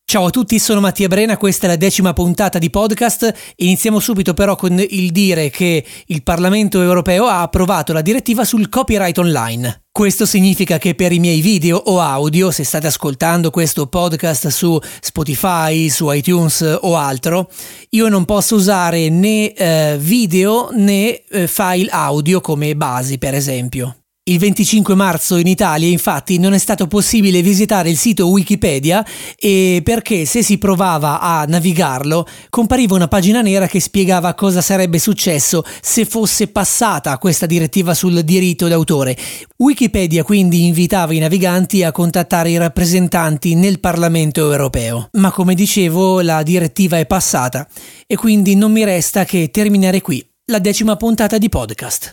Ciao a tutti, sono Mattia Brena, questa è la 10ª puntata di podcast. Iniziamo subito però con il dire che il Parlamento europeo ha approvato la direttiva sul copyright online. Questo significa che per i miei video o audio, se state ascoltando questo podcast su Spotify, su iTunes o altro, io non posso usare né video né file audio come basi, per esempio. Il 25 marzo in Italia infatti non è stato possibile visitare il sito Wikipedia e perché se si provava a navigarlo compariva una pagina nera che spiegava cosa sarebbe successo se fosse passata questa direttiva sul diritto d'autore. Wikipedia quindi invitava i naviganti a contattare i rappresentanti nel Parlamento europeo. Ma come dicevo, la direttiva è passata e quindi non mi resta che terminare qui la 10ª puntata di podcast.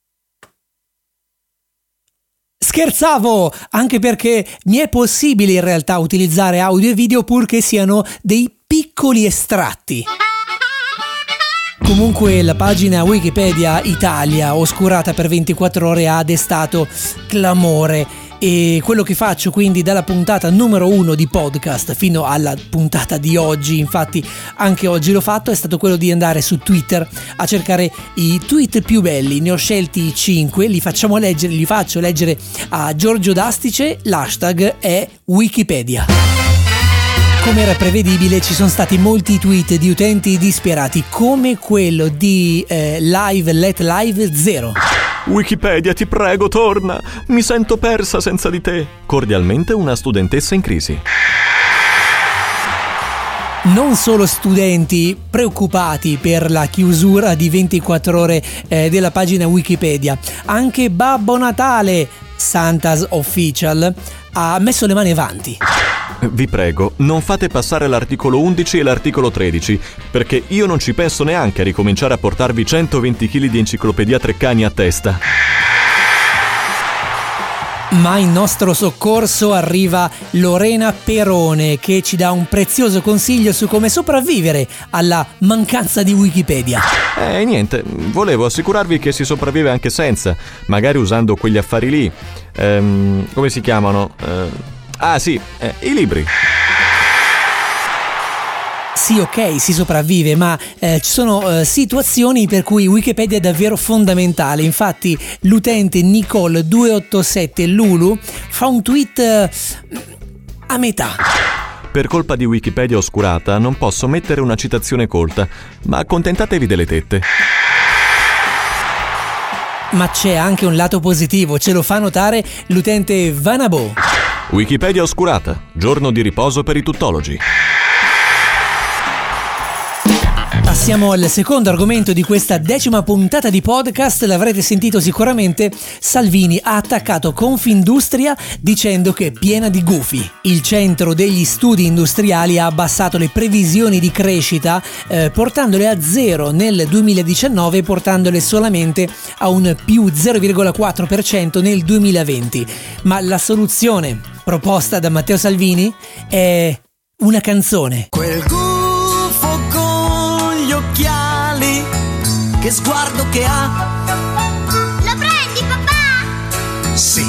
Scherzavo, anche perché mi è possibile in realtà utilizzare audio e video purché siano dei piccoli estratti. Comunque la pagina Wikipedia Italia, oscurata per 24 ore, ha destato clamore. E quello che faccio quindi dalla puntata numero 1 di podcast fino alla puntata di oggi, infatti anche oggi l'ho fatto, è stato quello di andare su Twitter a cercare i tweet più belli. Ne ho scelti 5, li faccio leggere a Giorgio Dastice, l'hashtag è Wikipedia. Come era prevedibile, ci sono stati molti tweet di utenti disperati, come quello di Live Let Live 0. Wikipedia, ti prego, torna! Mi sento persa senza di te. Cordialmente una studentessa in crisi. Non solo studenti preoccupati per la chiusura di 24 ore della pagina Wikipedia, anche Babbo Natale, Santa's Official, ha messo le mani avanti. Vi prego, non fate passare l'articolo 11 e l'articolo 13, perché io non ci penso neanche a ricominciare a portarvi 120 kg di enciclopedia Treccani a testa. Ma in nostro soccorso arriva Lorena Perone, che ci dà un prezioso consiglio su come sopravvivere alla mancanza di Wikipedia. Niente, volevo assicurarvi che si sopravvive anche senza, magari usando quegli affari lì. Come si chiamano? I libri. Sì, ok, si sopravvive, ma ci sono situazioni per cui Wikipedia è davvero fondamentale. Infatti l'utente Nicole287 Lulu fa un tweet a metà. Per colpa di Wikipedia oscurata non posso mettere una citazione colta, ma accontentatevi delle tette. Ma c'è anche un lato positivo, ce lo fa notare l'utente Vanabo. Wikipedia oscurata, giorno di riposo per i tuttologi. Passiamo al secondo argomento di questa 10ª puntata di podcast. L'avrete sentito sicuramente, Salvini ha attaccato Confindustria dicendo che è piena di gufi. Il centro degli studi industriali ha abbassato le previsioni di crescita portandole a 0 nel 2019 e portandole solamente a un più 0,4% nel 2020. Ma la soluzione proposta da Matteo Salvini è una canzone. Quel gufo con gli occhiali, che sguardo che ha. Lo prendi, papà? Sì.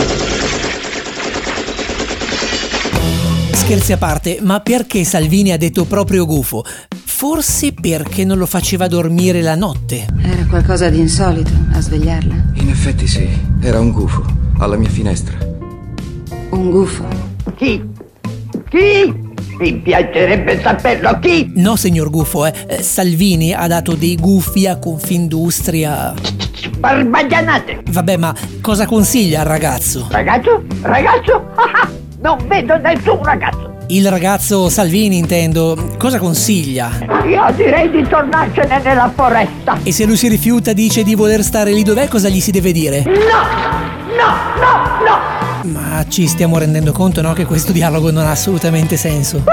Scherzi a parte, ma perché Salvini ha detto proprio gufo? Forse perché non lo faceva dormire la notte. Era qualcosa di insolito a svegliarla. In effetti sì, era un gufo alla mia finestra. Un gufo. Chi? Mi piacerebbe saperlo chi? No, signor Gufo, Salvini ha dato dei gufi a Confindustria. Barbagianate! Vabbè, ma cosa consiglia al ragazzo? Ragazzo? Non vedo nessun ragazzo! Il ragazzo Salvini, intendo. Cosa consiglia? Io direi di tornarsene nella foresta! E se lui si rifiuta, dice di voler stare lì dov'è, cosa gli si deve dire? No! Ma ci stiamo rendendo conto, no, che questo dialogo non ha assolutamente senso.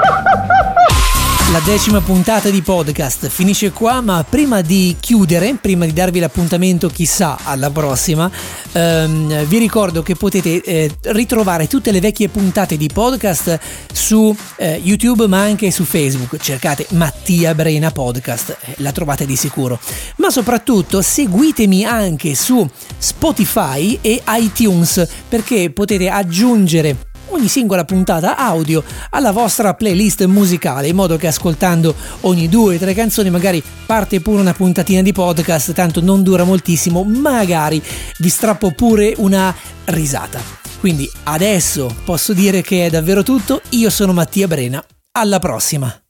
La 10ª puntata di podcast finisce qua, ma prima di chiudere, prima di darvi l'appuntamento chissà alla prossima, vi ricordo che potete ritrovare tutte le vecchie puntate di podcast su YouTube ma anche su Facebook. Cercate Mattia Brena Podcast, la trovate di sicuro. Ma soprattutto seguitemi anche su Spotify e iTunes, perché potete aggiungere ogni singola puntata audio alla vostra playlist musicale, in modo che ascoltando ogni 2 o 3 canzoni magari parte pure una puntatina di podcast, tanto non dura moltissimo, magari vi strappo pure una risata. Quindi adesso posso dire che è davvero tutto, io sono Mattia Brena, alla prossima!